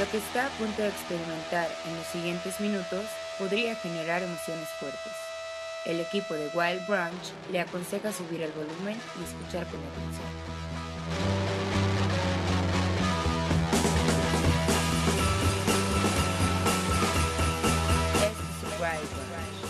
Lo que está a punto de experimentar en los siguientes minutos podría generar emociones fuertes. El equipo de Wild Branch le aconseja subir el volumen y escuchar con atención. Este es Wild Branch.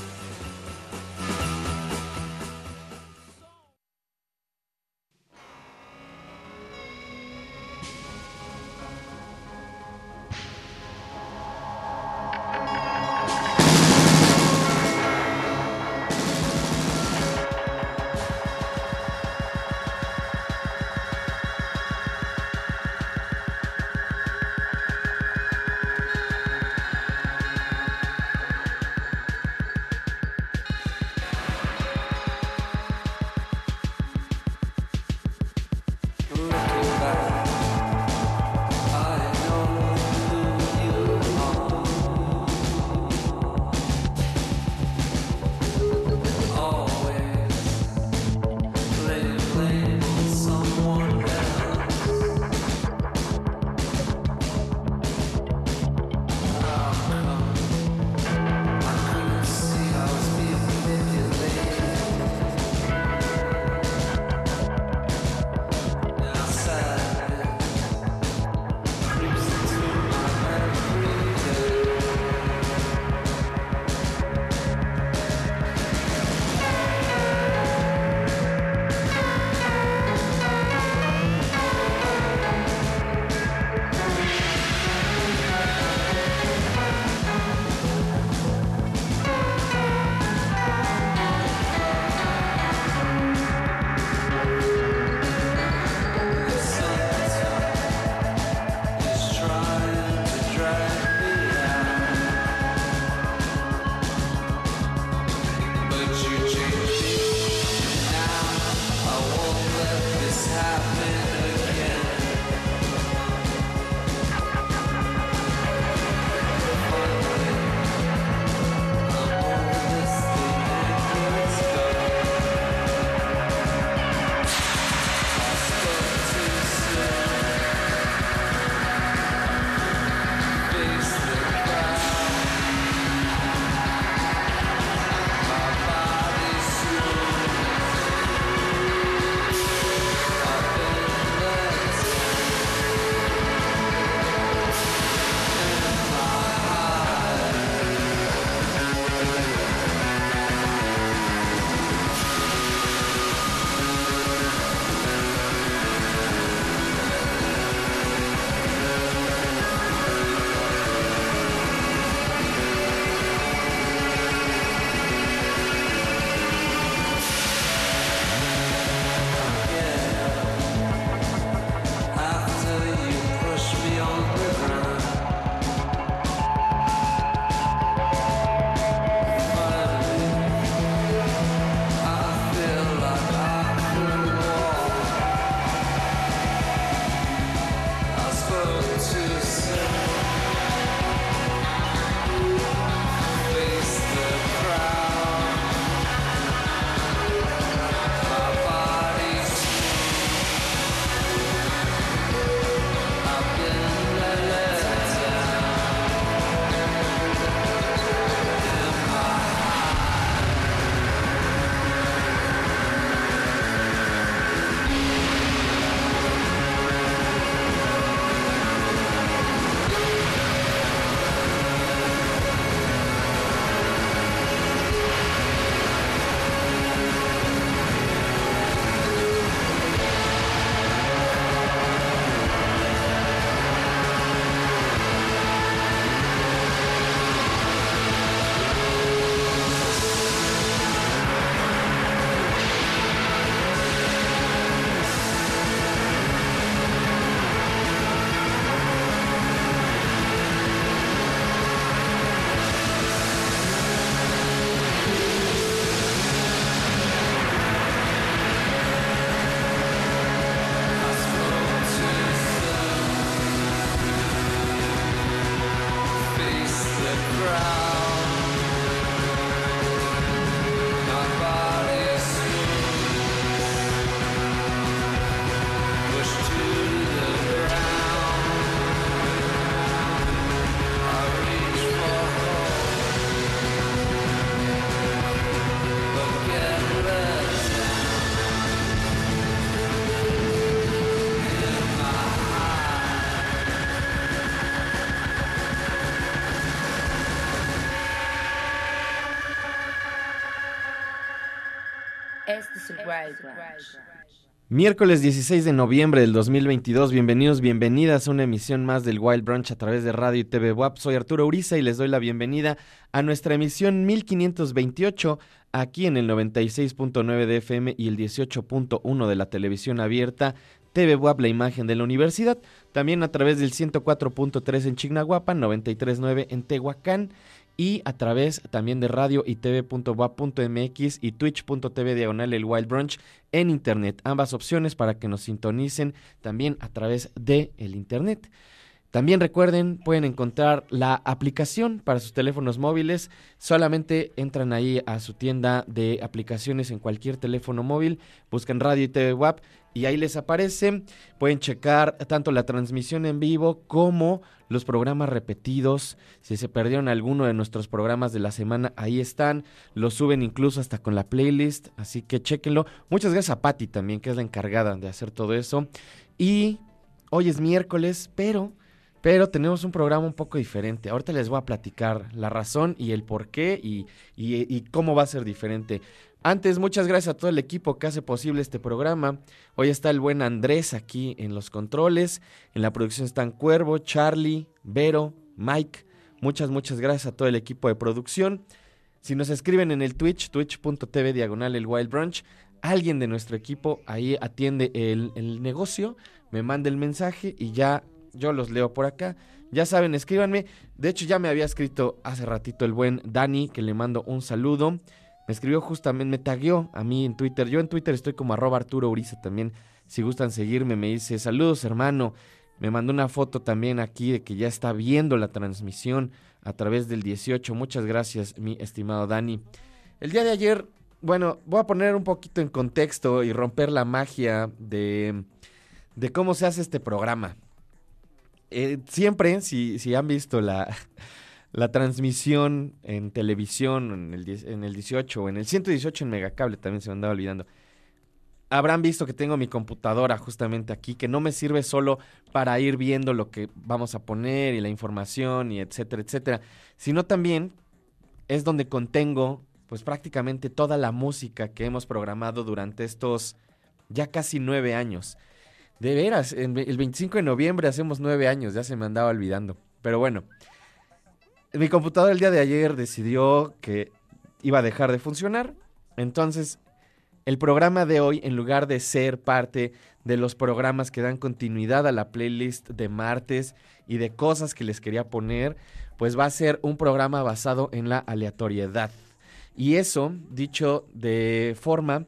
Este es el Wild Brunch. Miércoles 16 de noviembre del 2022, bienvenidos, bienvenidas a una emisión más del Wild Brunch a través de Radio y TV WAP. Soy Arturo Uriza y les doy la bienvenida a nuestra emisión 1528 aquí en el 96.9 de FM y el 18.1 de la televisión abierta TV WAP, la imagen de la universidad, también a través del 104.3 en Chignahuapan, 93.9 en Tehuacán y a través también de radio y tv.wap.mx y twitch.tv/el Wild Brunch en internet. Ambas opciones para que nos sintonicen también a través de el internet. También recuerden, pueden encontrar la aplicación para sus teléfonos móviles. Solamente entran ahí a su tienda de aplicaciones en cualquier teléfono móvil, buscan Radio y TV WAP y ahí les aparece. Pueden checar tanto la transmisión en vivo como los programas repetidos. Si se perdieron alguno de nuestros programas de la semana, ahí están. Los suben incluso hasta con la playlist, así que chéquenlo. Muchas gracias a Patti también, que es la encargada de hacer todo eso. Y hoy es miércoles, pero tenemos un programa un poco diferente. Ahorita les voy a platicar la razón y el por qué y cómo va a ser diferente. Antes, muchas gracias a todo el equipo que hace posible este programa. Hoy está el buen Andrés aquí en los controles. En la producción están Cuervo, Charlie, Vero, Mike. Muchas gracias a todo el equipo de producción. Si nos escriben en el Twitch, twitch.tv/el Wild Brunch, alguien de nuestro equipo ahí atiende el negocio, me manda el mensaje y ya yo los leo por acá. Ya saben, escríbanme. De hecho, ya me había escrito hace ratito el buen Dani, que le mando un saludo. Me escribió justamente, me tagueó a mí en Twitter. Yo en Twitter estoy como @Arturo Uriza también. Si gustan seguirme, me dice, saludos hermano. Me mandó una foto también aquí de que ya está viendo la transmisión a través del 18. Muchas gracias, mi estimado Dani. El día de ayer, bueno, voy a poner un poquito en contexto y romper la magia de cómo se hace este programa. Siempre, si han visto la transmisión en televisión, en el 18 o en el 118 en Megacable, también se me andaba olvidando, habrán visto que tengo mi computadora justamente aquí, que no me sirve solo para ir viendo lo que vamos a poner y la información y etcétera, sino también es donde contengo pues prácticamente toda la música que hemos programado durante estos ya casi 9 años. De veras, el 25 de noviembre hacemos 9 años, ya se me andaba olvidando. Pero bueno, mi computadora el día de ayer decidió que iba a dejar de funcionar. Entonces, el programa de hoy, en lugar de ser parte de los programas que dan continuidad a la playlist de martes y de cosas que les quería poner, pues va a ser un programa basado en la aleatoriedad. Y eso, dicho de forma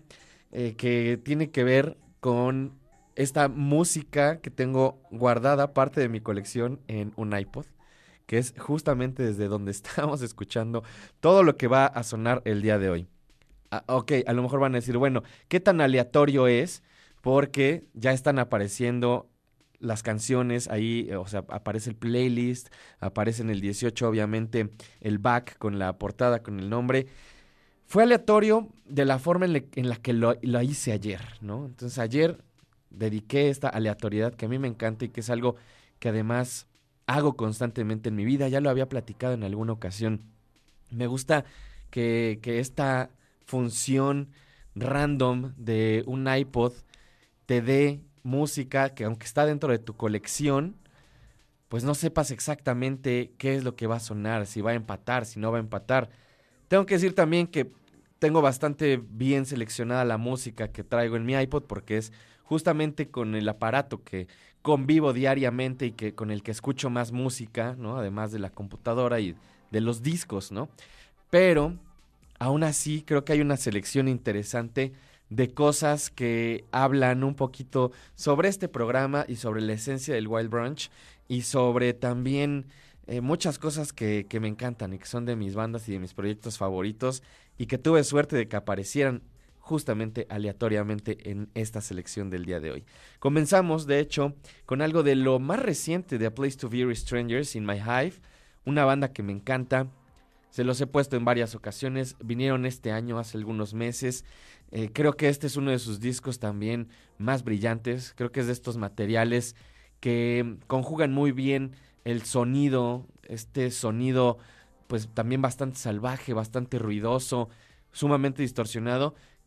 que tiene que ver con esta música que tengo guardada, parte de mi colección en un iPod, que es justamente desde donde estamos escuchando todo lo que va a sonar el día de hoy. Ok, a lo mejor van a decir, bueno, ¿qué tan aleatorio es? Porque ya están apareciendo las canciones ahí, o sea, aparece el playlist, aparece en el 18 obviamente el back con la portada, con el nombre. Fue aleatorio de la forma en la que lo hice ayer, ¿no? Entonces ayer dediqué esta aleatoriedad que a mí me encanta y que es algo que además hago constantemente en mi vida. Ya lo había platicado en alguna ocasión. Me gusta que esta función random de un iPod te dé música que, aunque está dentro de tu colección, pues no sepas exactamente qué es lo que va a sonar, si va a empatar, si no va a empatar. Tengo que decir también que tengo bastante bien seleccionada la música que traigo en mi iPod, porque es justamente con el aparato que convivo diariamente y que con el que escucho más música, ¿no? Además de la computadora y de los discos, ¿no? Pero aún así creo que hay una selección interesante de cosas que hablan un poquito sobre este programa y sobre la esencia del Wild Brunch y sobre también muchas cosas que me encantan y que son de mis bandas y de mis proyectos favoritos y que tuve suerte de que aparecieran justamente aleatoriamente en esta selección del día de hoy. Comenzamos, de hecho, con algo de lo más reciente de A Place to Be Strangers in My Hive, una banda que me encanta. Se los he puesto en varias ocasiones, vinieron este año, hace algunos meses. Creo que este es uno de sus discos también más brillantes. Creo que es de estos materiales que conjugan muy bien el sonido, este sonido pues también bastante salvaje, bastante ruidoso, sumamente distorsionado,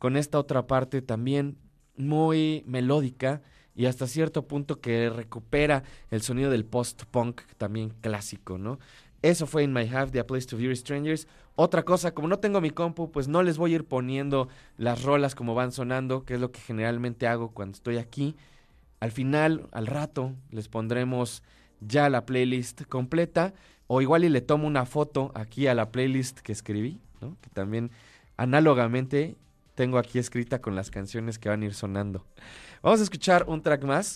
con esta otra parte también muy melódica y hasta cierto punto que recupera el sonido del post-punk también clásico, ¿no? Eso fue In My Half de A Place to View Strangers. Otra cosa, como no tengo mi compu, pues no les voy a ir poniendo las rolas como van sonando, que es lo que generalmente hago cuando estoy aquí. Al final, al rato, les pondremos ya la playlist completa, o igual y le tomo una foto aquí a la playlist que escribí, ¿no? Que también análogamente tengo aquí escrita con las canciones que van a ir sonando. Vamos a escuchar un track más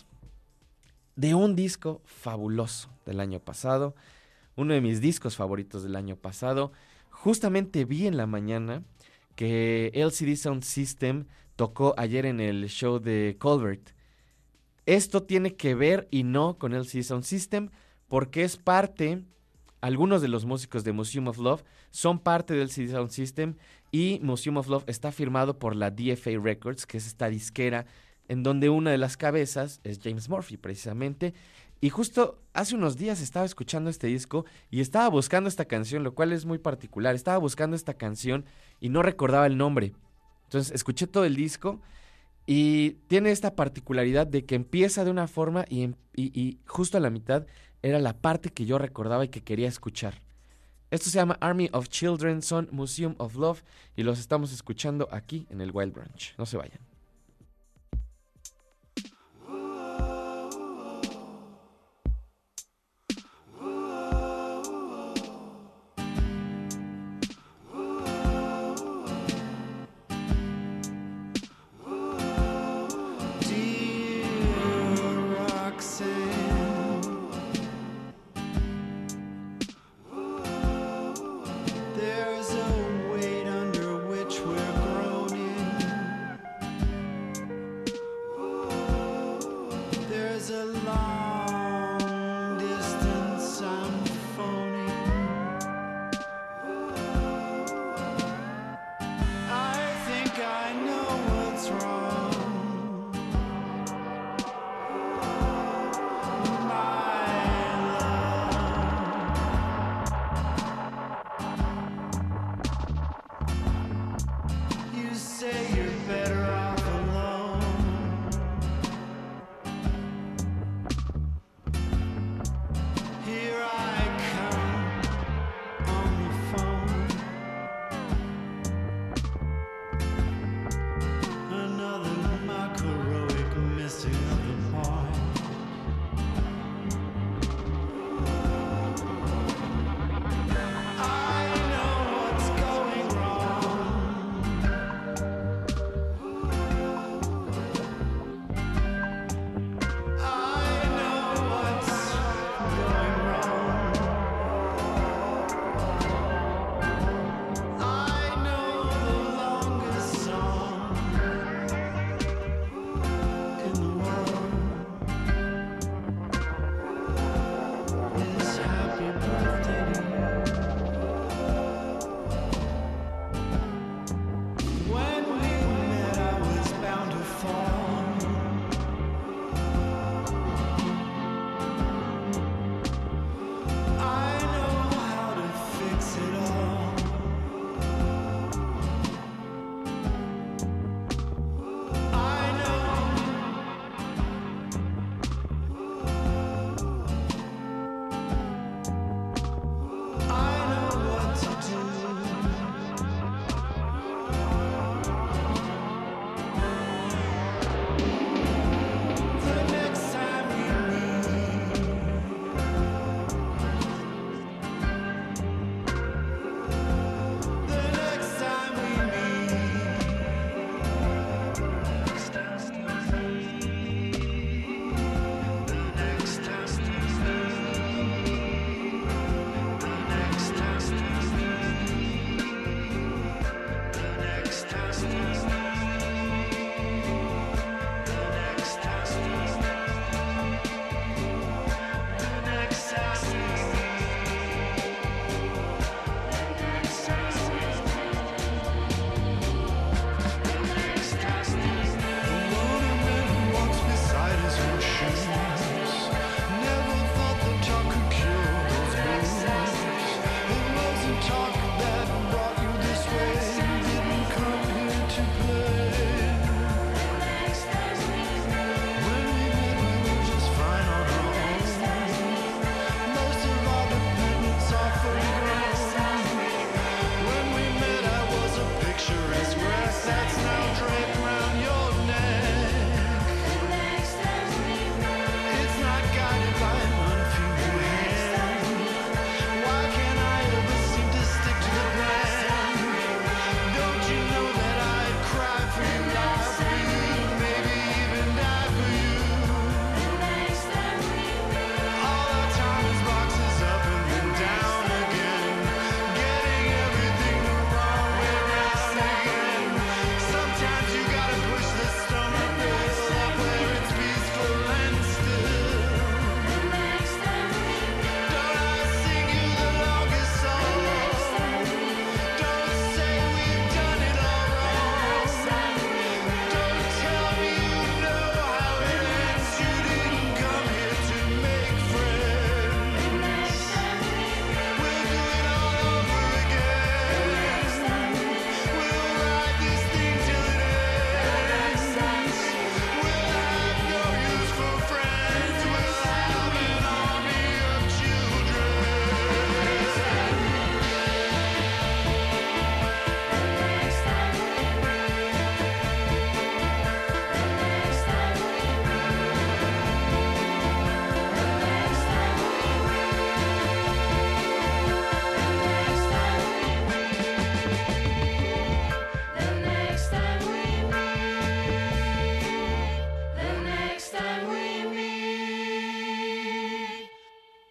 de un disco fabuloso del año pasado, uno de mis discos favoritos del año pasado. Justamente vi en la mañana que LCD Sound System tocó ayer en el show de Colbert. Esto tiene que ver y no con LCD Sound System porque es parte, algunos de los músicos de Museum of Love son parte del LCD Sound System y Museum of Love está firmado por la DFA Records, que es esta disquera en donde una de las cabezas es James Murphy precisamente. Y justo hace unos días estaba escuchando este disco y estaba buscando esta canción, lo cual es muy particular. Estaba buscando esta canción y no recordaba el nombre. Entonces escuché todo el disco y tiene esta particularidad de que empieza de una forma y justo a la mitad era la parte que yo recordaba y que quería escuchar. Esto se llama Army of Children, son Museum of Love y los estamos escuchando aquí en el Wild Branch. No se vayan. There's a weight under which we're groaning.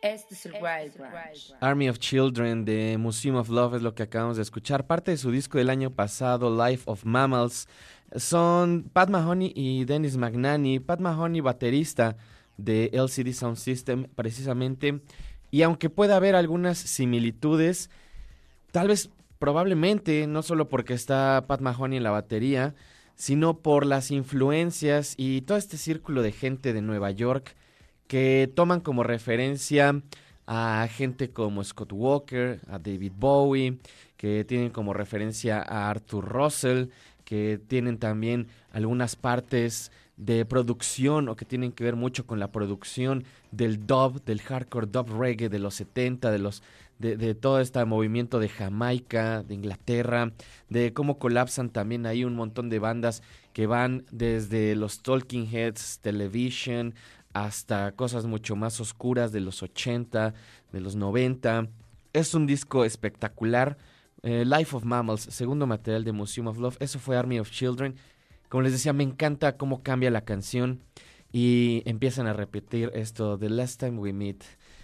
Este es el Wild Branch. Army of Children de Museum of Love es lo que acabamos de escuchar. Parte de su disco del año pasado, Life of Mammals. Son Pat Mahoney y Dennis McNaney. Pat Mahoney, baterista de LCD Sound System, precisamente. Y aunque pueda haber algunas similitudes, tal vez, probablemente, no solo porque está Pat Mahoney en la batería, sino por las influencias y todo este círculo de gente de Nueva York que toman como referencia a gente como Scott Walker, a David Bowie, que tienen como referencia a Arthur Russell, que tienen también algunas partes de producción o que tienen que ver mucho con la producción del dub, del hardcore dub reggae de los 70, de todo este movimiento de Jamaica, de Inglaterra, de cómo colapsan también ahí un montón de bandas que van desde los Talking Heads, Television, hasta cosas mucho más oscuras de los 80, de los 90. Es un disco espectacular. Life of Mammals, segundo material de Museum of Love. Eso fue Army of Children. Como les decía, me encanta cómo cambia la canción y empiezan a repetir esto, The Last Time We Meet.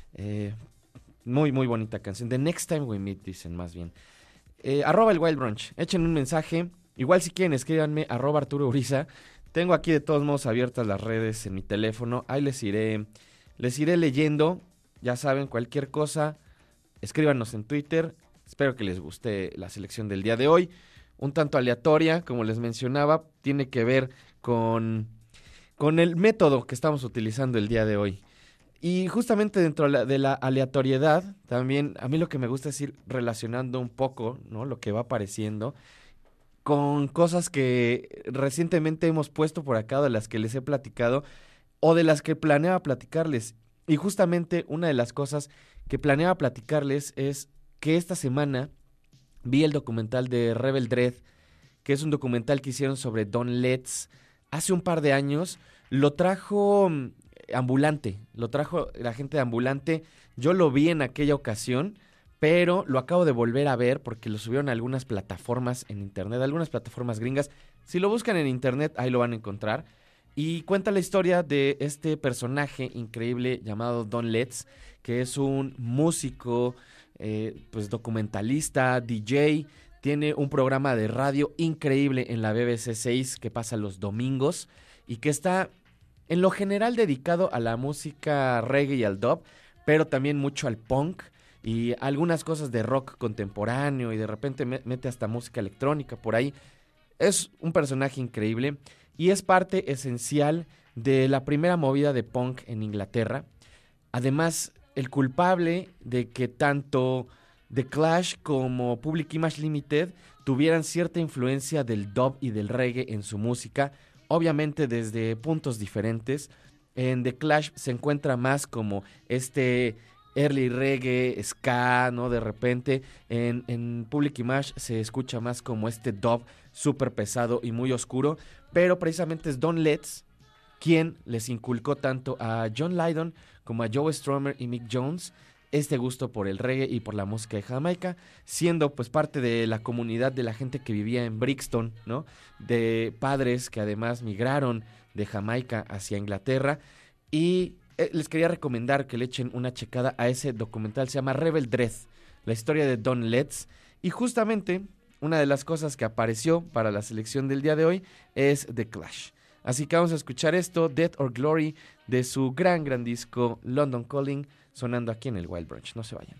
Muy, muy bonita canción. The Next Time We Meet, dicen más bien. @ el Wild Brunch. Echen un mensaje. Igual si quieren, escríbanme, @ Arturo Uriza. Tengo aquí de todos modos abiertas las redes en mi teléfono. Ahí les iré leyendo. Ya saben, cualquier cosa, escríbanos en Twitter. Espero que les guste la selección del día de hoy. Un tanto aleatoria, como les mencionaba, tiene que ver con el método que estamos utilizando el día de hoy. Y justamente dentro de la aleatoriedad, también a mí lo que me gusta es ir relacionando un poco, ¿no?, lo que va apareciendo con cosas que recientemente hemos puesto por acá, de las que les he platicado o de las que planeaba platicarles. Y justamente una de las cosas que planeaba platicarles es que esta semana vi el documental de Rebel Dread, que es un documental que hicieron sobre Don Letts hace un par de años. Lo trajo Ambulante, lo trajo la gente de Ambulante. Yo lo vi en aquella ocasión, pero lo acabo de volver a ver porque lo subieron a algunas plataformas en internet, algunas plataformas gringas. Si lo buscan en internet, ahí lo van a encontrar. Y cuenta la historia de este personaje increíble llamado Don Letts, que es un músico, pues documentalista, DJ. Tiene un programa de radio increíble en la BBC 6 que pasa los domingos y que está en lo general dedicado a la música reggae y al dub, pero también mucho al punk y algunas cosas de rock contemporáneo y de repente mete hasta música electrónica por ahí. Es un personaje increíble y es parte esencial de la primera movida de punk en Inglaterra. Además, el culpable de que tanto The Clash como Public Image Limited tuvieran cierta influencia del dub y del reggae en su música, obviamente desde puntos diferentes. En The Clash se encuentra más como este early reggae, ska, ¿no? De repente en Public Image se escucha más como este dub súper pesado y muy oscuro, pero precisamente es Don Letts quien les inculcó tanto a John Lydon como a Joe Strummer y Mick Jones este gusto por el reggae y por la música de Jamaica, siendo pues parte de la comunidad de la gente que vivía en Brixton, ¿no? De padres que además migraron de Jamaica hacia Inglaterra. Y les quería recomendar que le echen una checada a ese documental, se llama Rebel Dread, la historia de Don Letts. Y justamente una de las cosas que apareció para la selección del día de hoy es The Clash. Así que vamos a escuchar esto, Death or Glory, de su gran disco London Calling, sonando aquí en el Wild Brunch. No se vayan.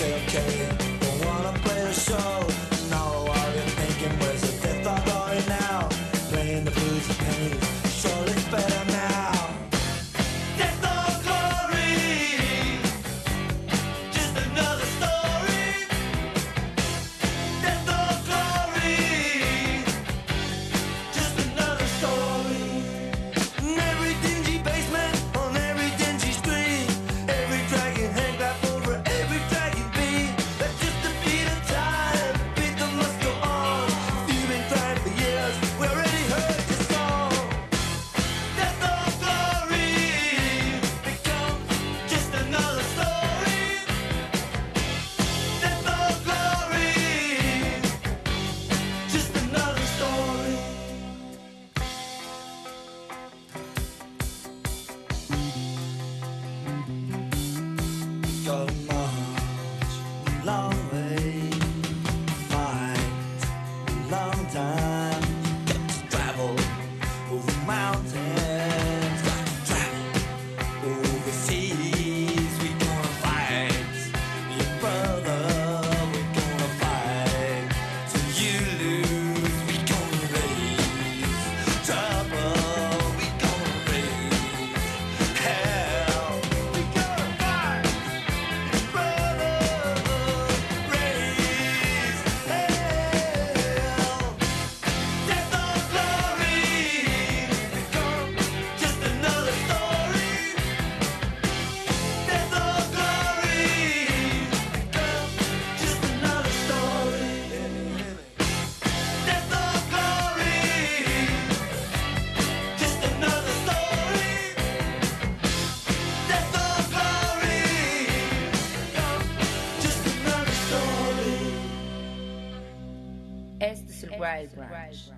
Wild Branch.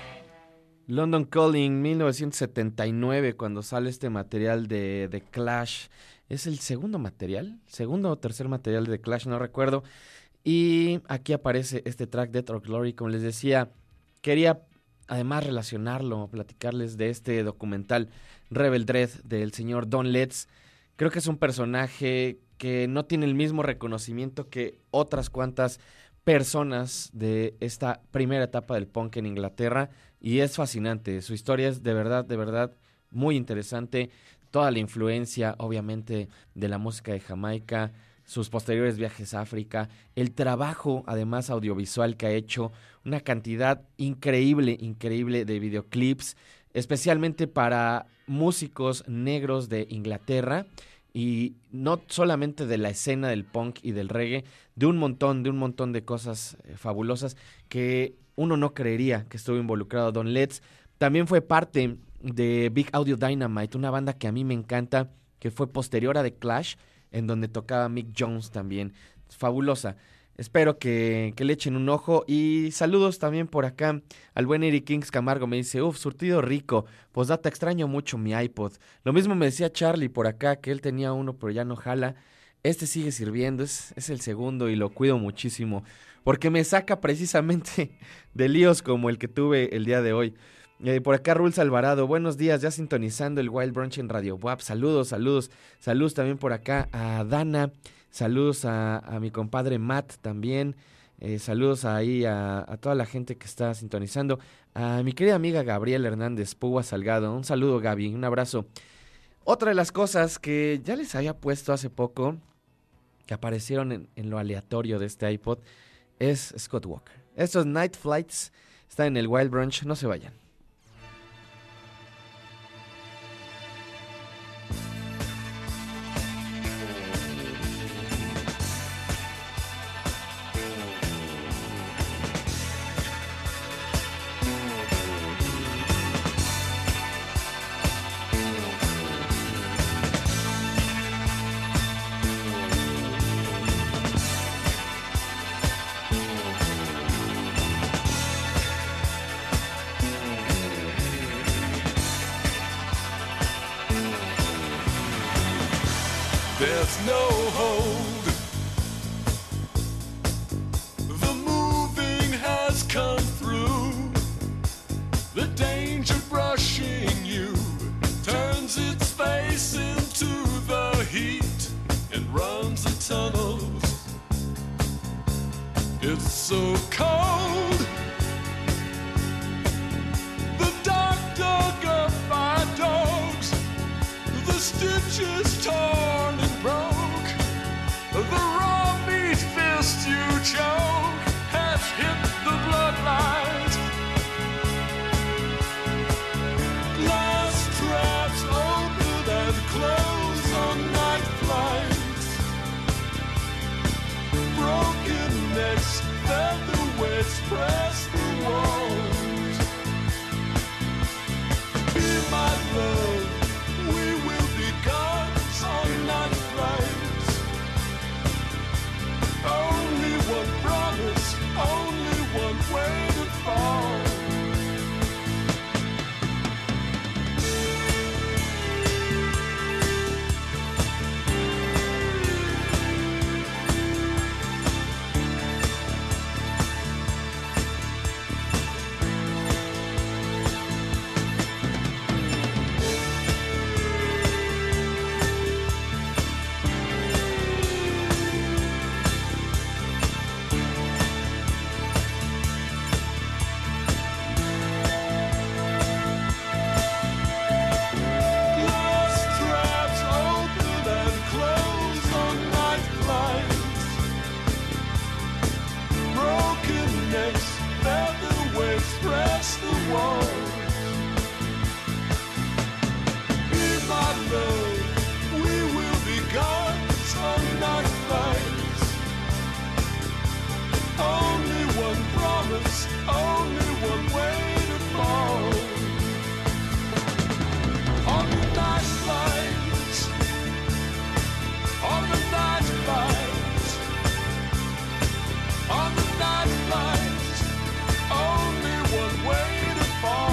London Calling, 1979, cuando sale este material de The Clash. ¿Es el segundo o tercer material de The Clash? No recuerdo. Y aquí aparece este track, Death or Glory. Como les decía, quería además relacionarlo, platicarles de este documental Rebel Dread del señor Don Letts. Creo que es un personaje que no tiene el mismo reconocimiento que otras cuantas personas de esta primera etapa del punk en Inglaterra, y es fascinante. Su historia es de verdad muy interesante. Toda la influencia, obviamente, de la música de Jamaica, sus posteriores viajes a África, el trabajo, además, audiovisual que ha hecho, una cantidad increíble de videoclips, especialmente para músicos negros de Inglaterra, y no solamente de la escena del punk y del reggae, de un montón de cosas fabulosas que uno no creería que estuvo involucrado. Don Letts también fue parte de Big Audio Dynamite, una banda que a mí me encanta, que fue posterior a The Clash, en donde tocaba Mick Jones también. Fabulosa. Espero que le echen un ojo. Y saludos también por acá al buen Eric Kings Camargo. Me dice, surtido rico. Postdata, extraño mucho mi iPod. Lo mismo me decía Charlie por acá, que él tenía uno pero ya no jala. Este sigue sirviendo, es el segundo y lo cuido muchísimo, porque me saca precisamente de líos como el que tuve el día de hoy. Por acá Rules Alvarado, buenos días, ya sintonizando el Wild Brunch en Radio WAP. Saludos también por acá a Dana. Saludos a mi compadre Matt también. Saludos ahí a toda la gente que está sintonizando. A mi querida amiga Gabriela Hernández Púa Salgado. Un saludo, Gaby, un abrazo. Otra de las cosas que ya les había puesto hace poco, que aparecieron en lo aleatorio de este iPod, es Scott Walker. Estos Night Flights están en el Wild Brunch, no se vayan. It's so cold. The dark dug up by dogs. The stitches torn and broke. The raw meat fist you choke has hit the bloodlines. Glass traps open and close on night flights. Broken necks, featherweights press the walls. Be my love, we will be gods on night flights. Only one promise, only one way to fall. On the night flights, only one way to fall.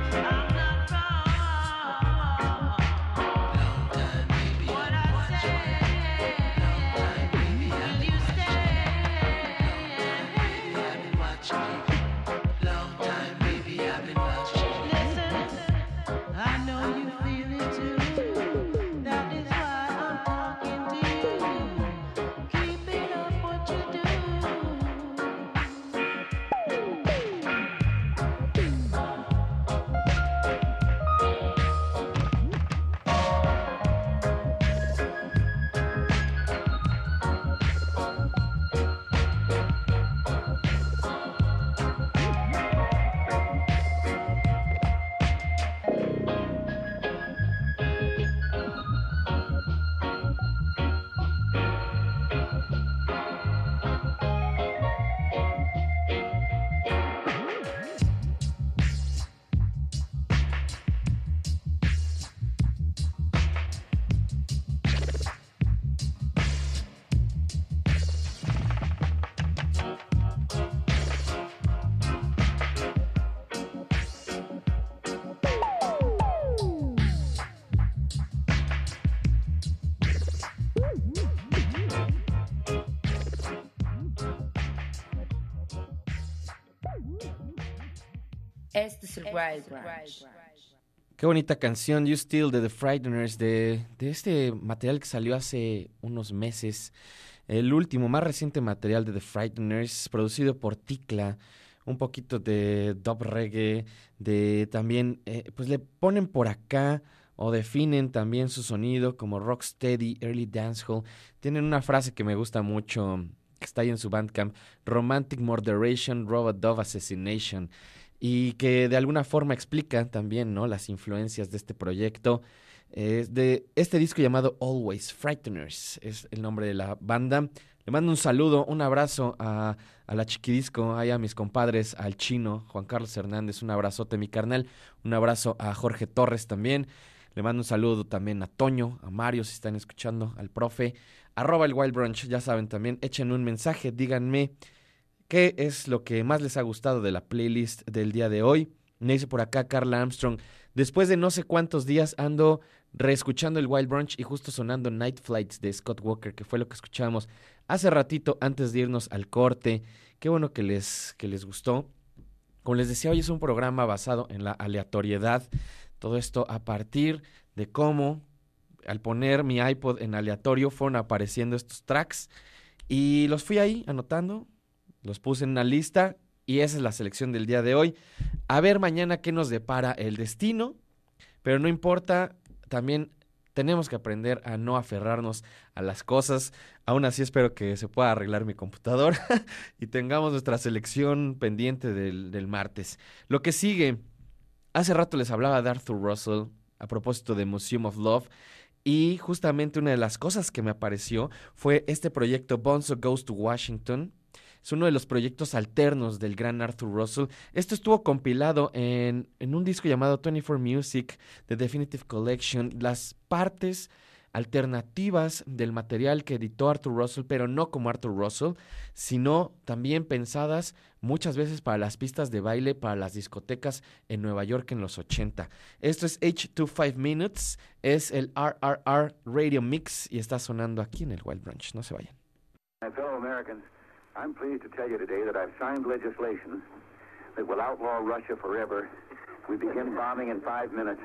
Este es el Wild Branch. Qué bonita canción, You Still, de The Frighteners, de este material que salió hace unos meses. El último, más reciente material de The Frighteners, producido por Tikla. Un poquito de dub reggae, de también, pues le ponen por acá o definen también su sonido como rocksteady, early dancehall. Tienen una frase que me gusta mucho, que está ahí en su Bandcamp, Romantic Murderation, Robot Dove Assassination, y que de alguna forma explica también, ¿no?, las influencias de este proyecto. Es de este disco llamado Always Frighteners, es el nombre de la banda. Le mando un saludo, un abrazo a la Chiquidisco, a mis compadres, al Chino, Juan Carlos Hernández, un abrazote, mi carnal. Un abrazo a Jorge Torres también. Le mando un saludo también a Toño, a Mario, si están escuchando, al profe. @el Wild Brunch, ya saben también, echen un mensaje, díganme qué es lo que más les ha gustado de la playlist del día de hoy. Me dice por acá Carla Armstrong, después de no sé cuántos días ando reescuchando el Wild Brunch y justo sonando Night Flights de Scott Walker, que fue lo que escuchábamos hace ratito antes de irnos al corte. Qué bueno que les gustó. Como les decía, hoy es un programa basado en la aleatoriedad. Todo esto a partir de cómo, al poner mi iPod en aleatorio, fueron apareciendo estos tracks y los fui ahí anotando, los puse en una lista y esa es la selección del día de hoy. A ver mañana qué nos depara el destino, pero no importa, también tenemos que aprender a no aferrarnos a las cosas. Aún así espero que se pueda arreglar mi computador y tengamos nuestra selección pendiente del martes. Lo que sigue, hace rato les hablaba de Arthur Russell a propósito de Museum of Love y justamente una de las cosas que me apareció fue este proyecto Bonzo Goes to Washington. Es uno de los proyectos alternos del gran Arthur Russell. Esto estuvo compilado en un disco llamado 24 Music, The Definitive Collection. Las partes alternativas del material que editó Arthur Russell, pero no como Arthur Russell, sino también pensadas muchas veces para las pistas de baile, para las discotecas en Nueva York en los 80. Esto es H25 Minutes, es el RRR Radio Mix y está sonando aquí en el Wild Brunch. No se vayan. My fellow Americans, I'm pleased to tell you today that I've signed legislation that will outlaw Russia forever. We begin bombing in 5 minutes.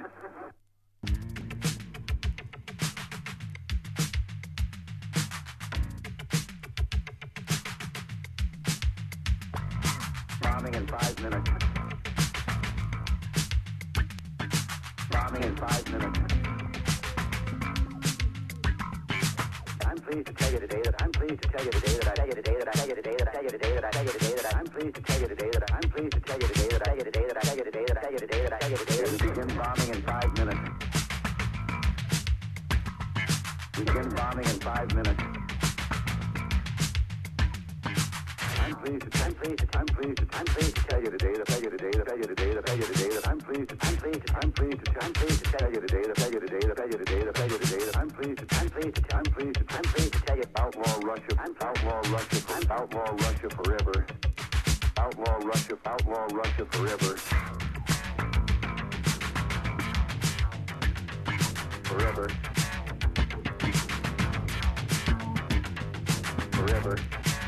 Bombing in 5 minutes. Bombing in 5 minutes. I'm pleased to tell you today that I'm pleased to tell you today that I tell you today that I tell you today that I tell you today that I tell you today that I'm pleased to tell you today that I'm pleased to tell you today that I tell you today that I tell you today that I tell you today that I tell you today that we begin bombing in 5 minutes. We begin bombing in 5 minutes. I'm pleased to tell you today that I'm pleased to tell you today that I'm pleased to tell you today that I'm pleased to tell you today that I'm pleased to tell you today that I'm pleased to tell you outlaw Russia forever. Outlaw Russia forever. Forever. Forever.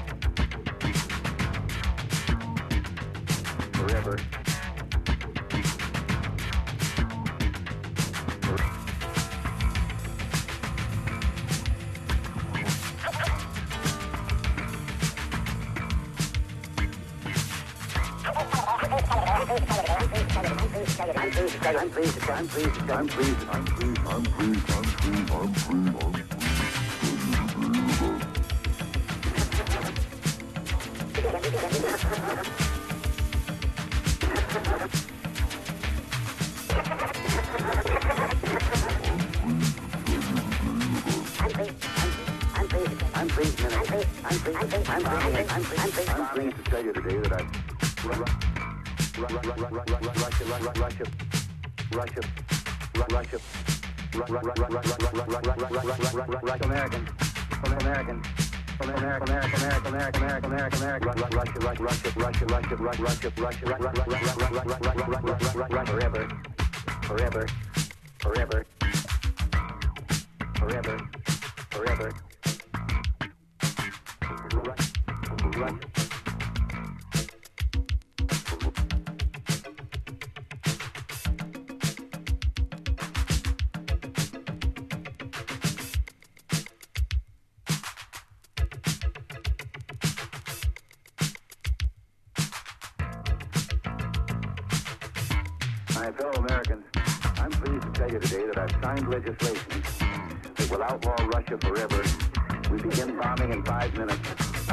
Forever. I'm pleased. I'm pleased to tell you today that forever. My fellow Americans, I'm pleased to tell you today that I've signed legislation that will outlaw Russia forever. We begin bombing in 5 minutes.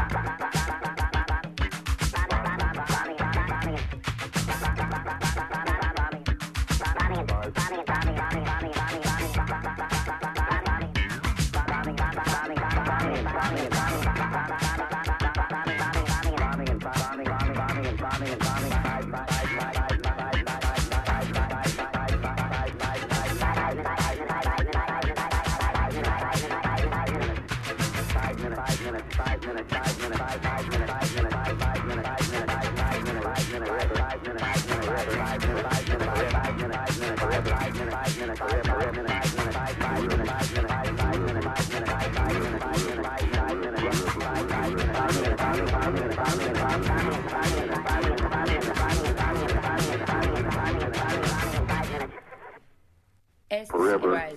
Forever.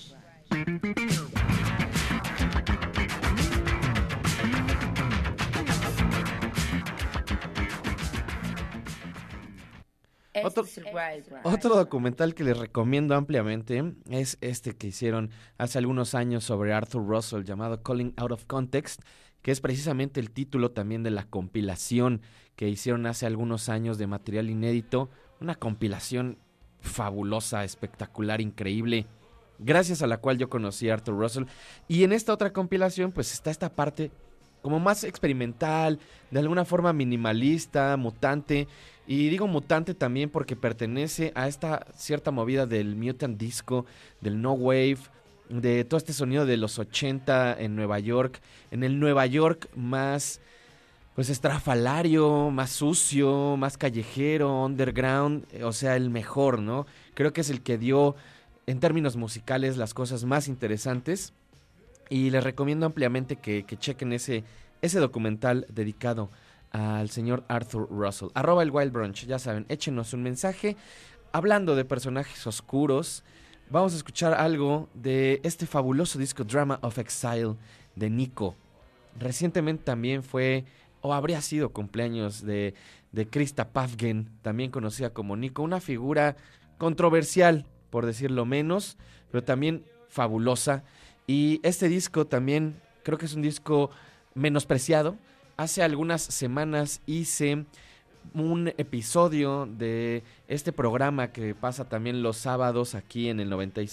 Otro documental que les recomiendo ampliamente es este que hicieron hace algunos años sobre Arthur Russell llamado Calling Out of Context, que es precisamente el título también de la compilación que hicieron hace algunos años de material inédito, una compilación fabulosa, espectacular, increíble, gracias a la cual yo conocí a Arthur Russell. Y en esta otra compilación pues está esta parte como más experimental, de alguna forma minimalista, mutante, y digo mutante también porque pertenece a esta cierta movida del mutant disco, del no wave, de todo este sonido de los 80 en Nueva York, en el Nueva York más pues estrafalario, más sucio, más callejero, underground, o sea, el mejor, ¿no? Creo que es el que dio en términos musicales las cosas más interesantes. Y les recomiendo ampliamente que chequen ese documental dedicado al señor Arthur Russell. @elwildbrunch, ya saben, échenos un mensaje. Hablando de personajes oscuros, vamos a escuchar algo de este fabuloso disco Drama of Exile de Nico. Recientemente también fue, o habría sido cumpleaños de Krista Pavgen, también conocida como Nico, una figura controversial, por decirlo menos, pero también fabulosa. Y este disco también creo que es un disco menospreciado. Hace algunas semanas hice un episodio de este programa que pasa también los sábados aquí en el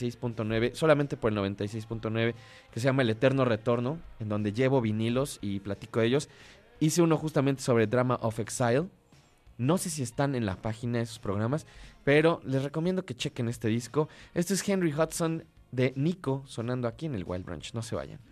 96.9, solamente por el 96.9, que se llama El Eterno Retorno, en donde llevo vinilos y platico de ellos. Hice uno justamente sobre Drama of Exile. No sé si están en la página de esos programas, pero les recomiendo que chequen este disco. Este es Henry Hudson de Nico, sonando aquí en el Wild Branch. No se vayan.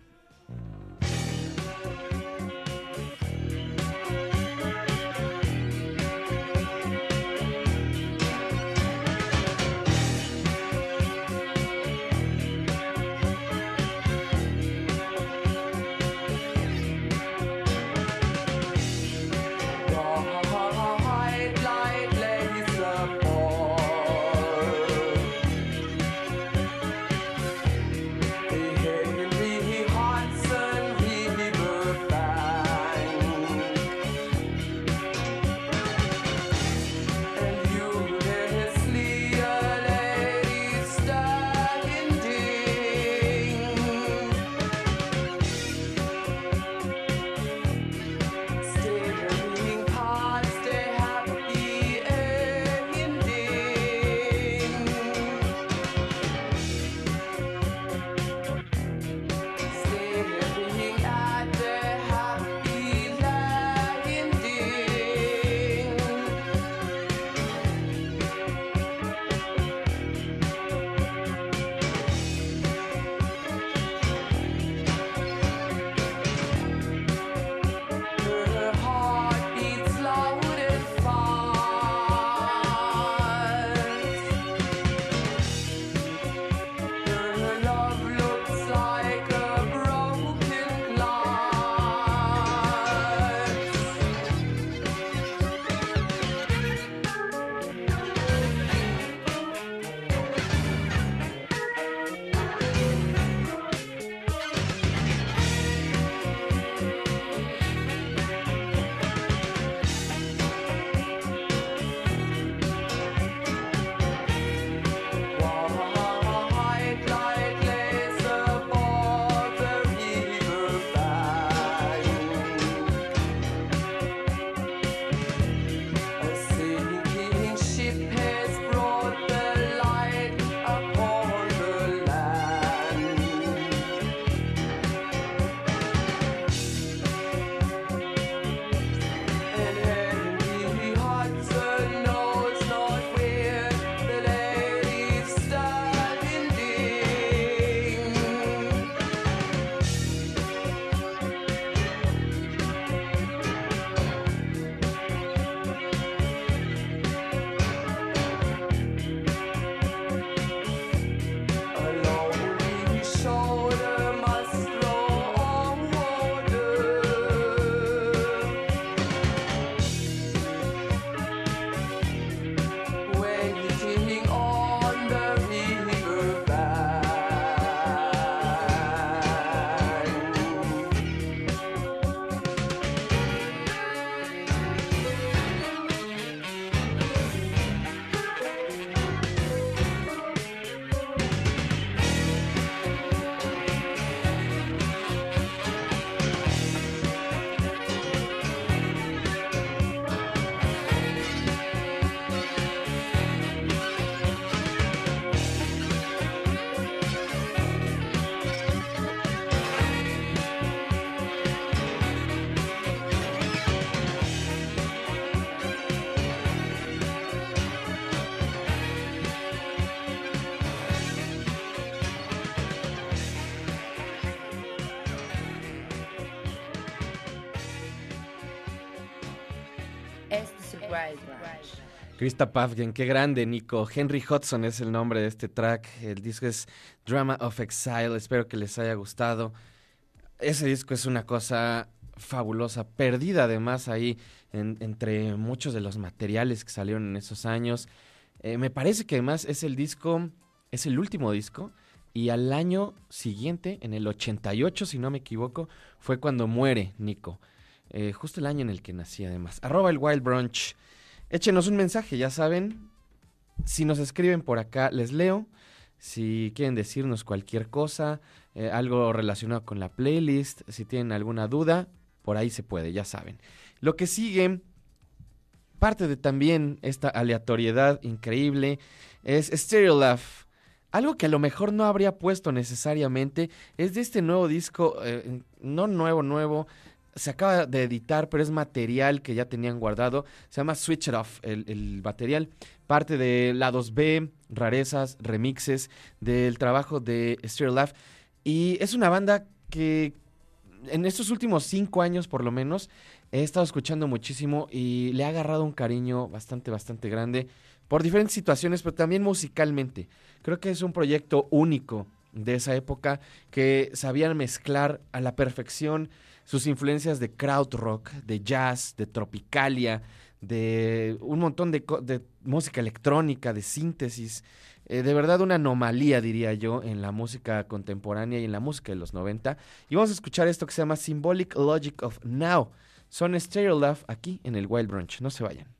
Wild Branch. Krista Pavgen, qué grande, Nico. Henry Hudson es el nombre de este track. El disco es Drama of Exile. Espero que les haya gustado. Ese disco es una cosa fabulosa, perdida además ahí entre muchos de los materiales que salieron en esos años. Me parece que además es el último disco, y al año siguiente, en el 88, si no me equivoco, fue cuando muere Nico. Justo el año en el que nací además. @el Wild Brunch. Échenos un mensaje, ya saben. Si nos escriben por acá, les leo. Si quieren decirnos cualquier cosa, algo relacionado con la playlist, si tienen alguna duda, por ahí se puede, ya saben. Lo que sigue, parte de también esta aleatoriedad increíble, es Stereolab. Algo que a lo mejor no habría puesto necesariamente es de este nuevo disco, no nuevo, se acaba de editar, pero es material que ya tenían guardado. Se llama Switch It Off, el material. Parte de lados B, rarezas, remixes del trabajo de Stereolab. Y es una banda que en estos últimos 5 años, por lo menos, he estado escuchando muchísimo y le ha agarrado un cariño bastante grande por diferentes situaciones, pero también musicalmente. Creo que es un proyecto único de esa época que sabían mezclar a la perfección sus influencias de krautrock, de jazz, de tropicalia, de un montón de música electrónica, de síntesis. De verdad una anomalía, diría yo, en la música contemporánea y en la música de los 90. Y vamos a escuchar esto que se llama Symbolic Logic of Now. Son Stereolab aquí en el Wild Brunch. No se vayan.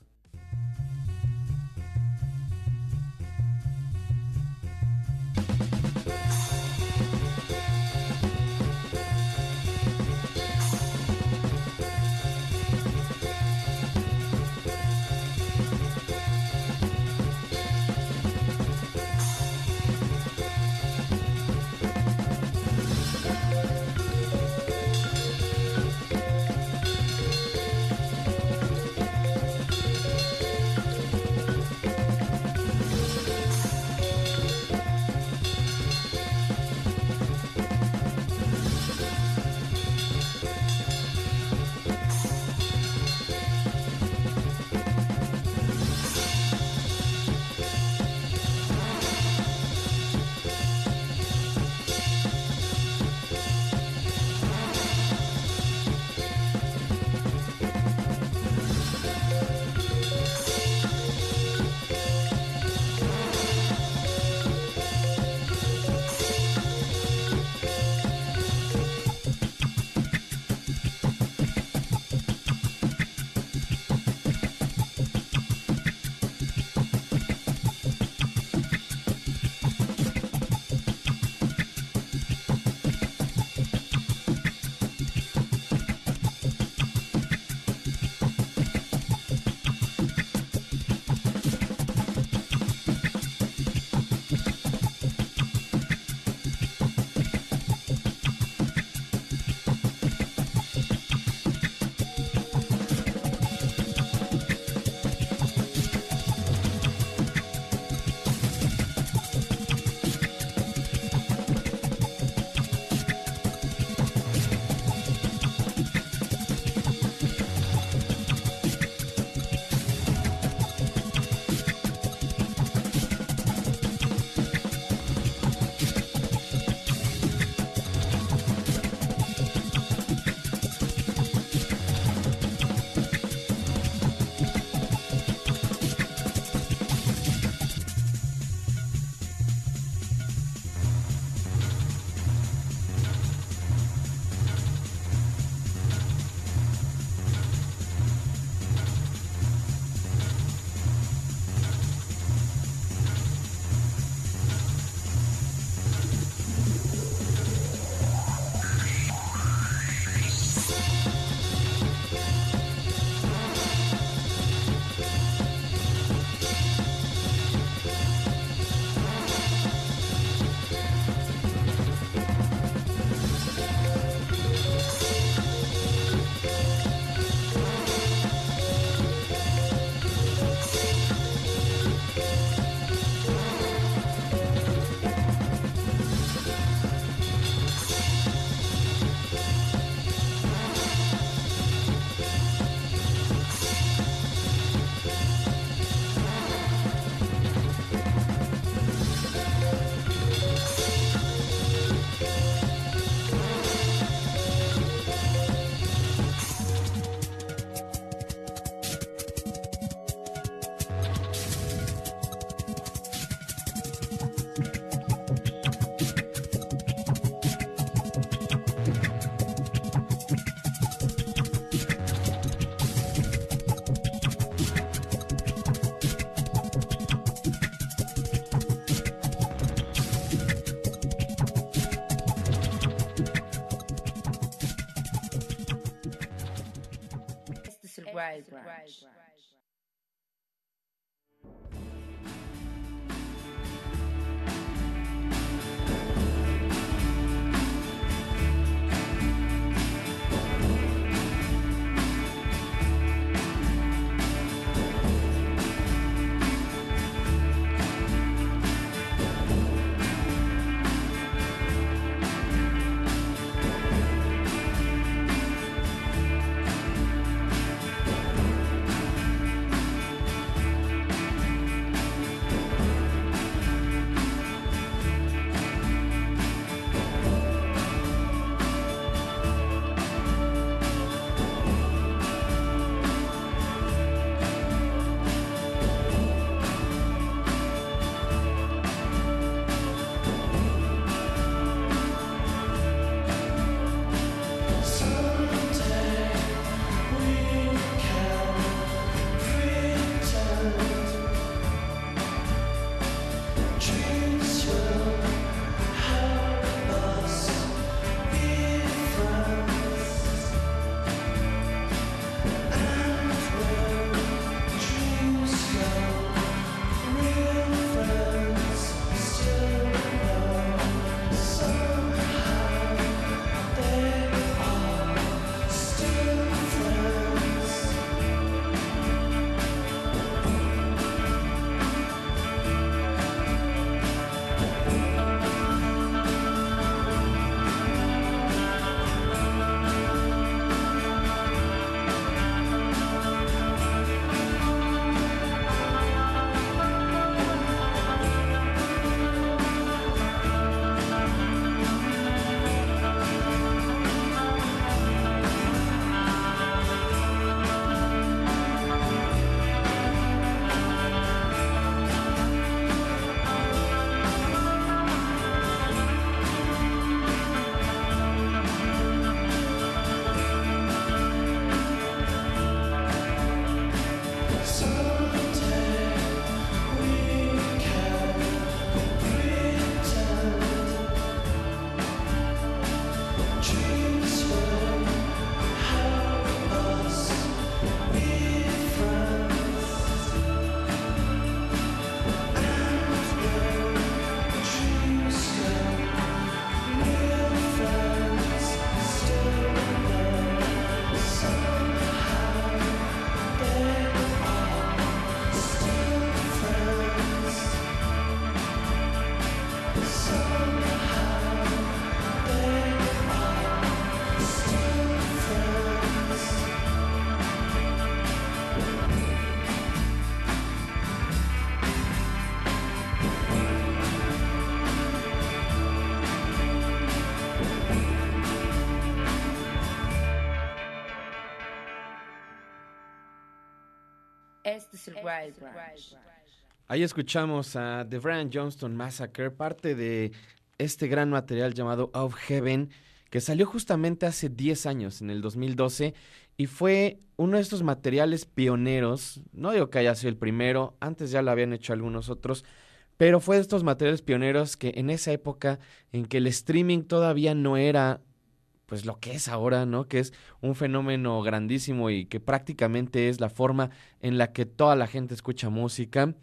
Este es el Wild Branch. Ahí escuchamos a The Brian Johnston Massacre, parte de este gran material llamado Of Heaven, que salió justamente hace 10 años, en el 2012, y fue uno de estos materiales pioneros. No digo que haya sido el primero, antes ya lo habían hecho algunos otros, pero fue de estos materiales pioneros que en esa época en que el streaming todavía no era pues lo que es ahora, ¿no? Que es un fenómeno grandísimo y que prácticamente es la forma en la que toda la gente escucha música.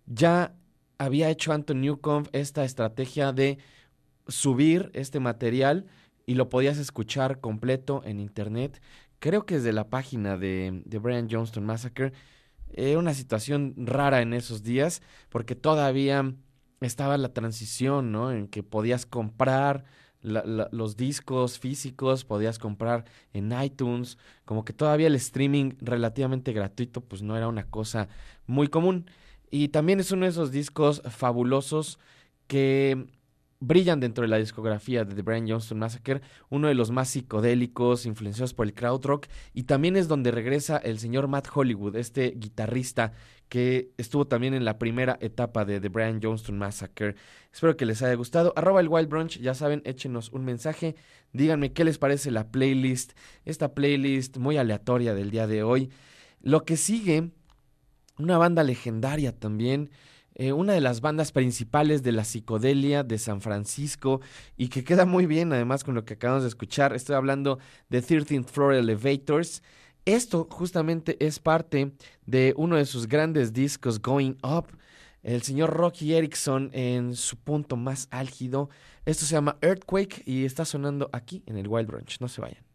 Ya había hecho Anton Newcomb esta estrategia de subir este material y lo podías escuchar completo en internet. Creo que desde la página de Brian Johnston Massacre. Era una situación rara en esos días porque todavía estaba la transición, ¿no? En que podías comprar los discos físicos, podías comprar en iTunes, como que todavía el streaming relativamente gratuito pues no era una cosa muy común. Y también es uno de esos discos fabulosos que brillan dentro de la discografía de The Brian Johnston Massacre, uno de los más psicodélicos, influenciados por el krautrock, y también es donde regresa el señor Matt Hollywood, este guitarrista que estuvo también en la primera etapa de The Brian Johnston Massacre. Espero que les haya gustado. @el Wild Brunch, ya saben, échenos un mensaje, díganme qué les parece la playlist, esta playlist muy aleatoria del día de hoy. Lo que sigue, una banda legendaria también, una de las bandas principales de la psicodelia de San Francisco y que queda muy bien además con lo que acabamos de escuchar. Estoy hablando de 13th Floor Elevators. Esto justamente es parte de uno de sus grandes discos, Going Up. El señor Rocky Erickson en su punto más álgido. Esto se llama Earthquake y está sonando aquí en el Wild Brunch. No se vayan.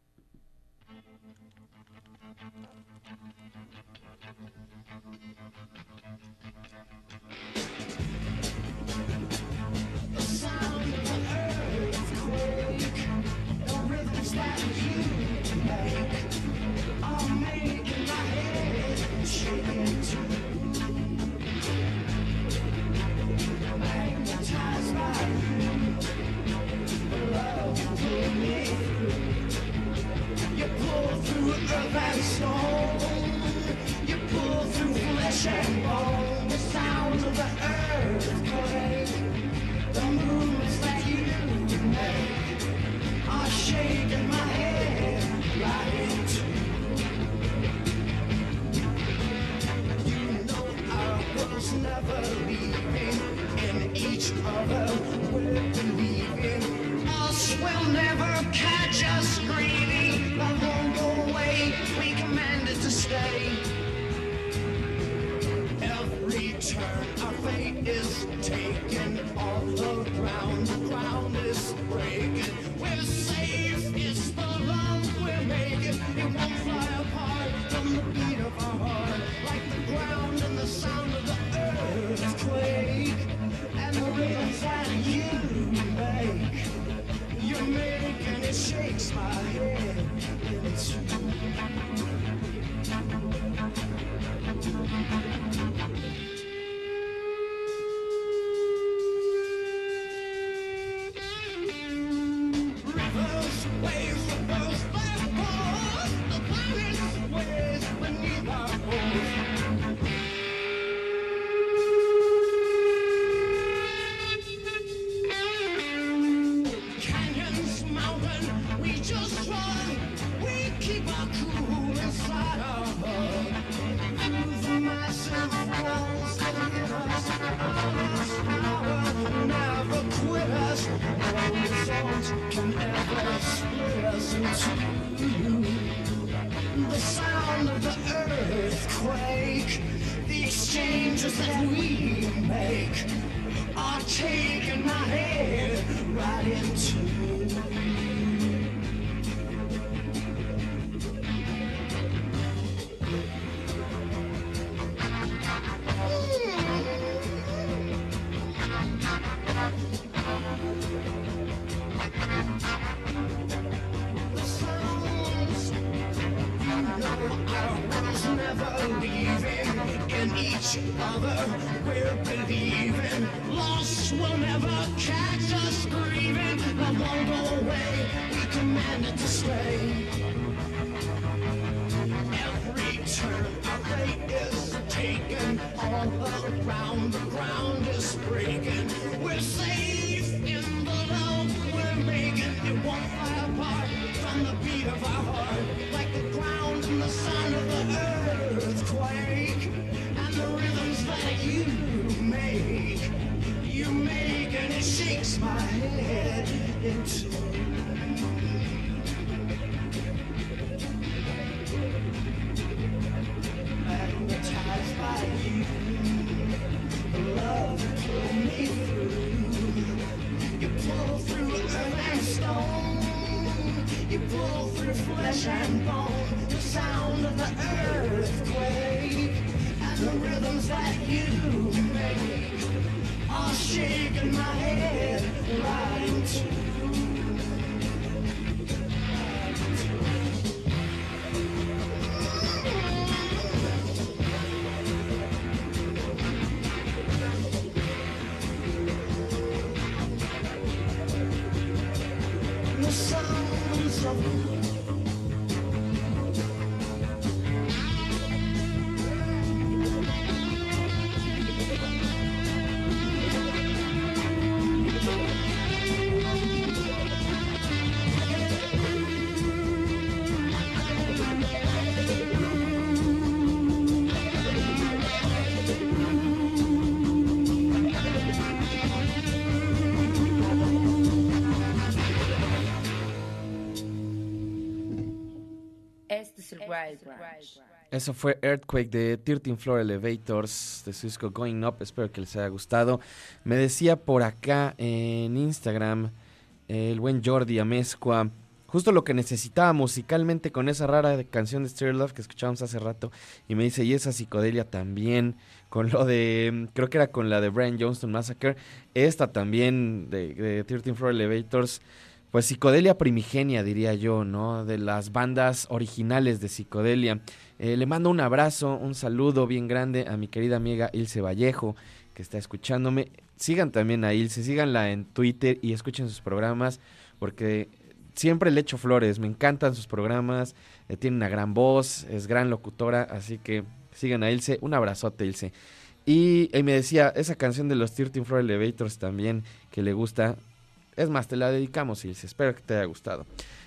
Eso fue Earthquake de 13 Floor Elevators de su disco Going Up. Espero que les haya gustado. Me decía por acá en Instagram el buen Jordi Amezcua, justo lo que necesitaba musicalmente con esa rara canción de Stereo Love que escuchábamos hace rato. Y me dice, y esa psicodelia también, con lo de, creo que era con la de Brian Johnston Massacre. Esta también de 13 Floor Elevators, pues psicodelia primigenia, diría yo, ¿no? De las bandas originales de psicodelia. Le mando un abrazo, un saludo bien grande a mi querida amiga Ilse Vallejo, que está escuchándome. Sigan también a Ilse, síganla en Twitter y escuchen sus programas, porque siempre le echo flores, me encantan sus programas, tiene una gran voz, es gran locutora, así que sigan a Ilse, un abrazote Ilse. Y me decía, esa canción de los 13 Floor Elevators también, que le gusta, es más, te la dedicamos Ilse, espero que te haya gustado.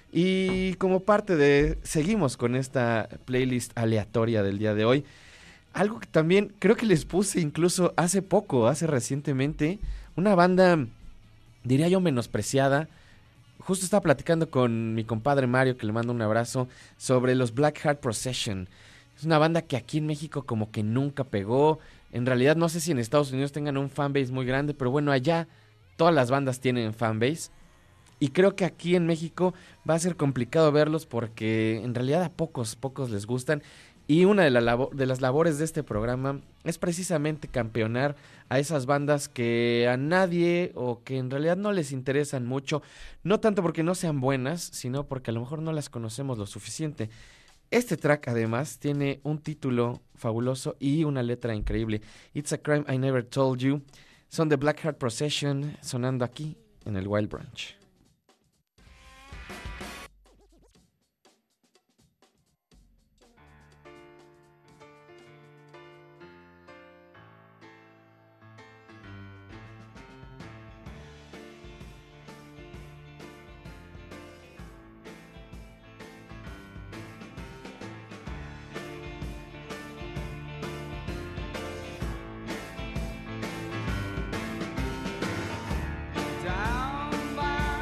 Y como parte de, seguimos con esta playlist aleatoria del día de hoy, algo que también creo que les puse incluso hace recientemente, una banda, diría yo, menospreciada. Justo estaba platicando con mi compadre Mario, que le mando un abrazo, sobre los Black Heart Procession. Es una banda que aquí en México como que nunca pegó. En realidad no sé si en Estados Unidos tengan un fanbase muy grande, pero bueno, allá todas las bandas tienen fanbase. Y creo que aquí en México va a ser complicado verlos porque en realidad a pocos les gustan. Y una de las labores de este programa es precisamente campeonar a esas bandas que a nadie o que en realidad no les interesan mucho. No tanto porque no sean buenas, sino porque a lo mejor no las conocemos lo suficiente. Este track además tiene un título fabuloso y una letra increíble. It's a Crime I Never Told You. Son de Black Heart Procession sonando aquí en el Wild Branch. Down by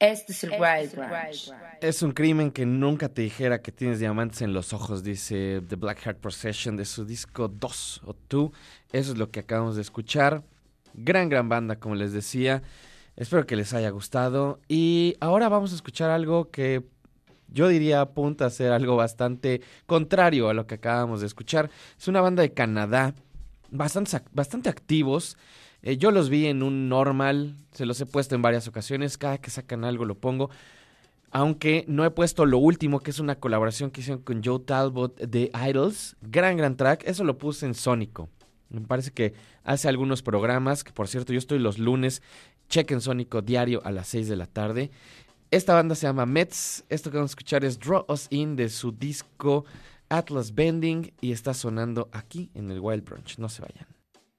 Este es el Wild Branch. Es un crimen que nunca te dijera que tienes diamantes en los ojos, dice The Black Heart Procession de su disco 2 o 2. Eso es lo que acabamos de escuchar. Gran banda, como les decía. Espero que les haya gustado. Y ahora vamos a escuchar algo que yo diría apunta a ser algo bastante contrario a lo que acabamos de escuchar. Es una banda de Canadá, bastante activos. Yo los vi en un normal, se los he puesto en varias ocasiones. Cada que sacan algo lo pongo. Aunque no he puesto lo último, que es una colaboración que hicieron con Joe Talbot de Idols. Gran track. Eso lo puse en Sónico. Me parece que hace algunos programas, que por cierto yo estoy los lunes, chequen Sónico diario a las 6 de la tarde. Esta banda se llama Mets. Esto que vamos a escuchar es Draw Us In de su disco Atlas Bending. Y está sonando aquí en el Wild Brunch. No se vayan.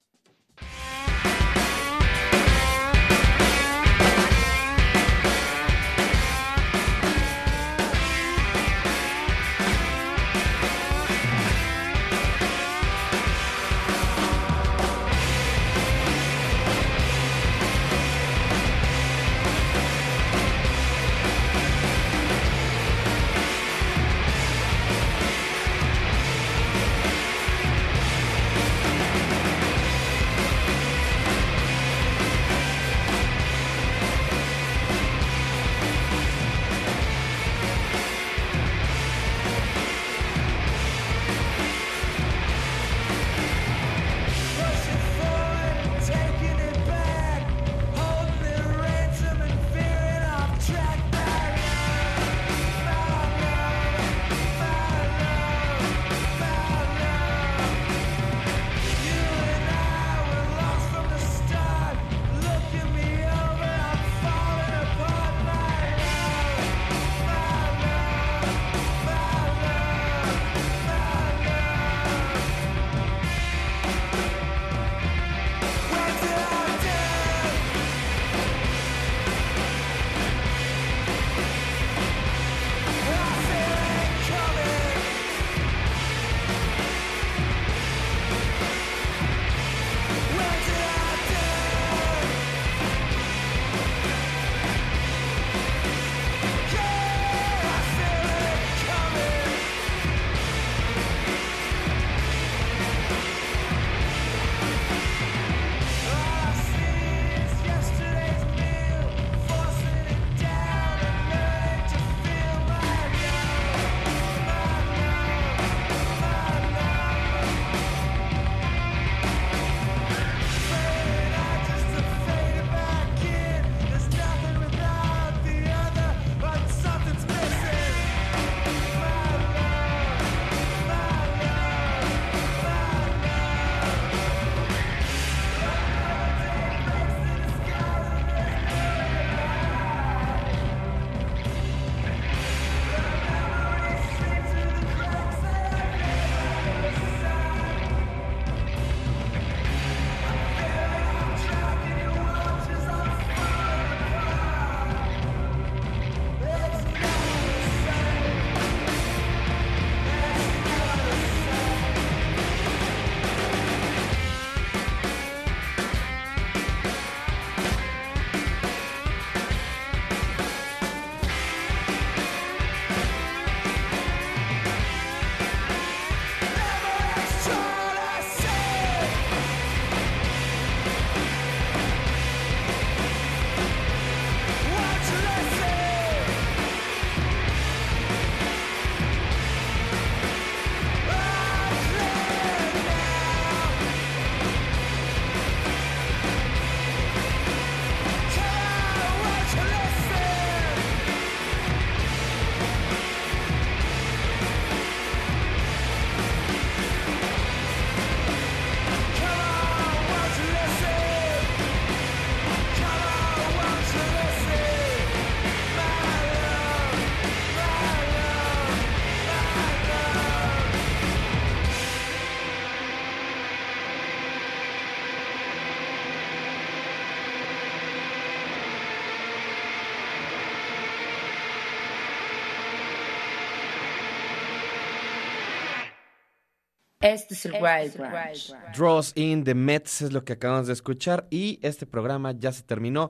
Este es el Wild Branch. Draws in the Mets es lo que acabamos de escuchar y este programa ya se terminó.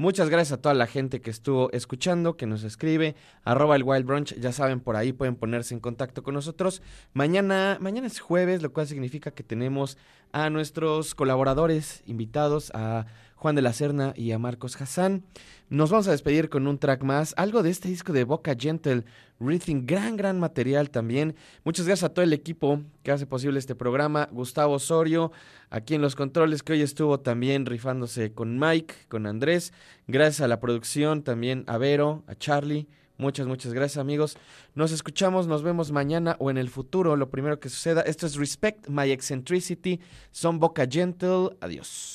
Muchas gracias a toda la gente que estuvo escuchando, que nos escribe, @el Wild Brunch, ya saben, por ahí pueden ponerse en contacto con nosotros. Mañana es jueves, lo cual significa que tenemos a nuestros colaboradores invitados, a Juan de la Serna y a Marcos Hassan. Nos vamos a despedir con un track más, algo de este disco de Boca Gentle, Breathing, gran material también. Muchas gracias a todo el equipo que hace posible este programa, Gustavo Osorio, aquí en los controles, que hoy estuvo también rifándose con Mike, con Andrés. Gracias a la producción, también a Vero, a Charlie. Muchas gracias, amigos. Nos escuchamos, nos vemos mañana o en el futuro, lo primero que suceda. Esto es Respect My Eccentricity, son Boca Gentle. Adiós.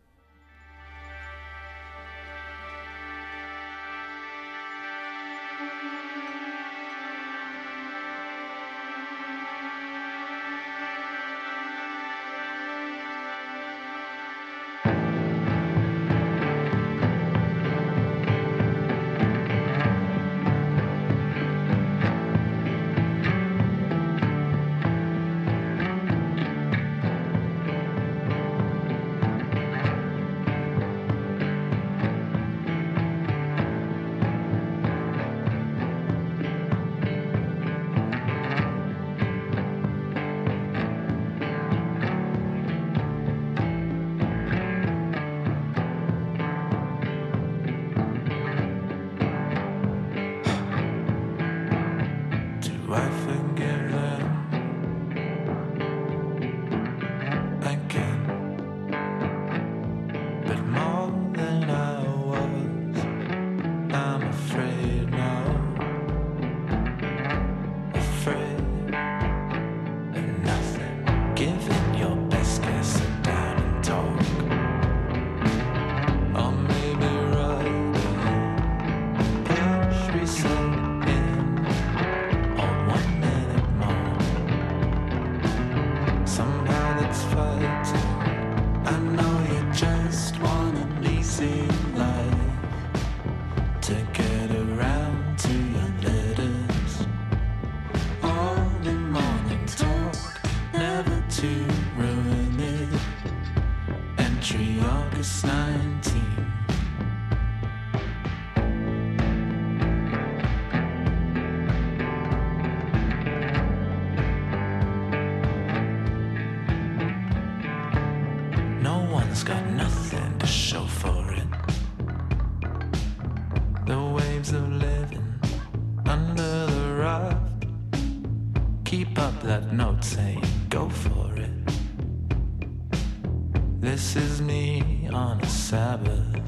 This is me on a Sabbath.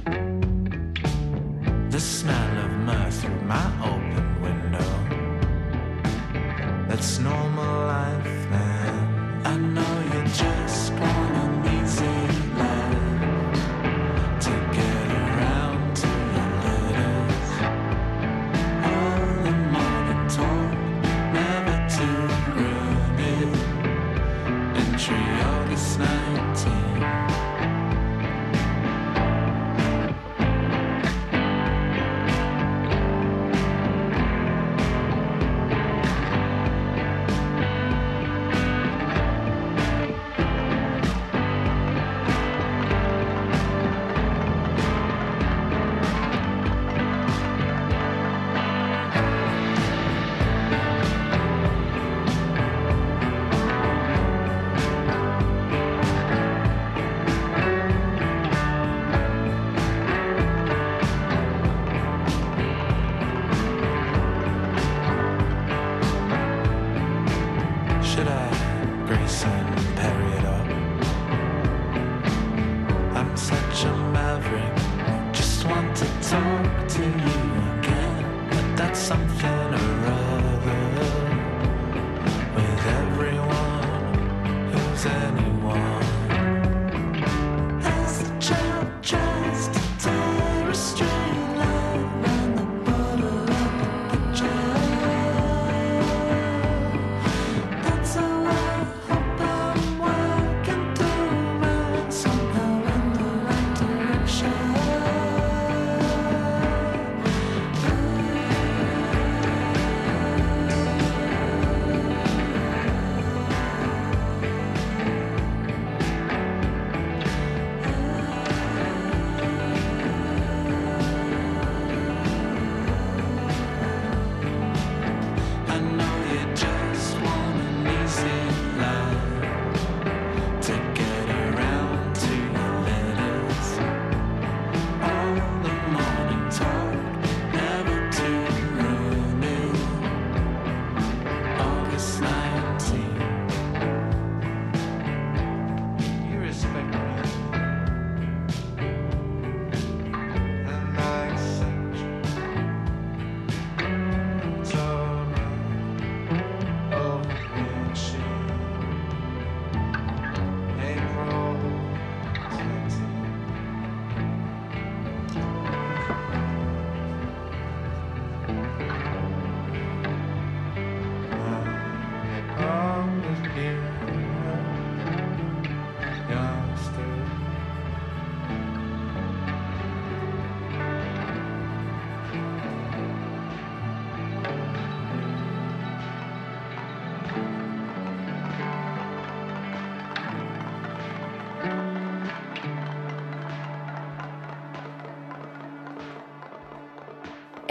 The smell of mirth through my open window. That's normal life, man. I know you just want an easy life to get around to your letters. All the morning talk, never to ruin it. Entry August 19. Should I grace and parry it up? I'm such a maverick, just want to talk to you again. But that's something or other with everyone who's anyone. As the child tries to tear a straight line round the border of the picture. That's how I hope I'm working through mine, somehow in the right direction.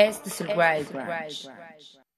Este es el Wild Branch.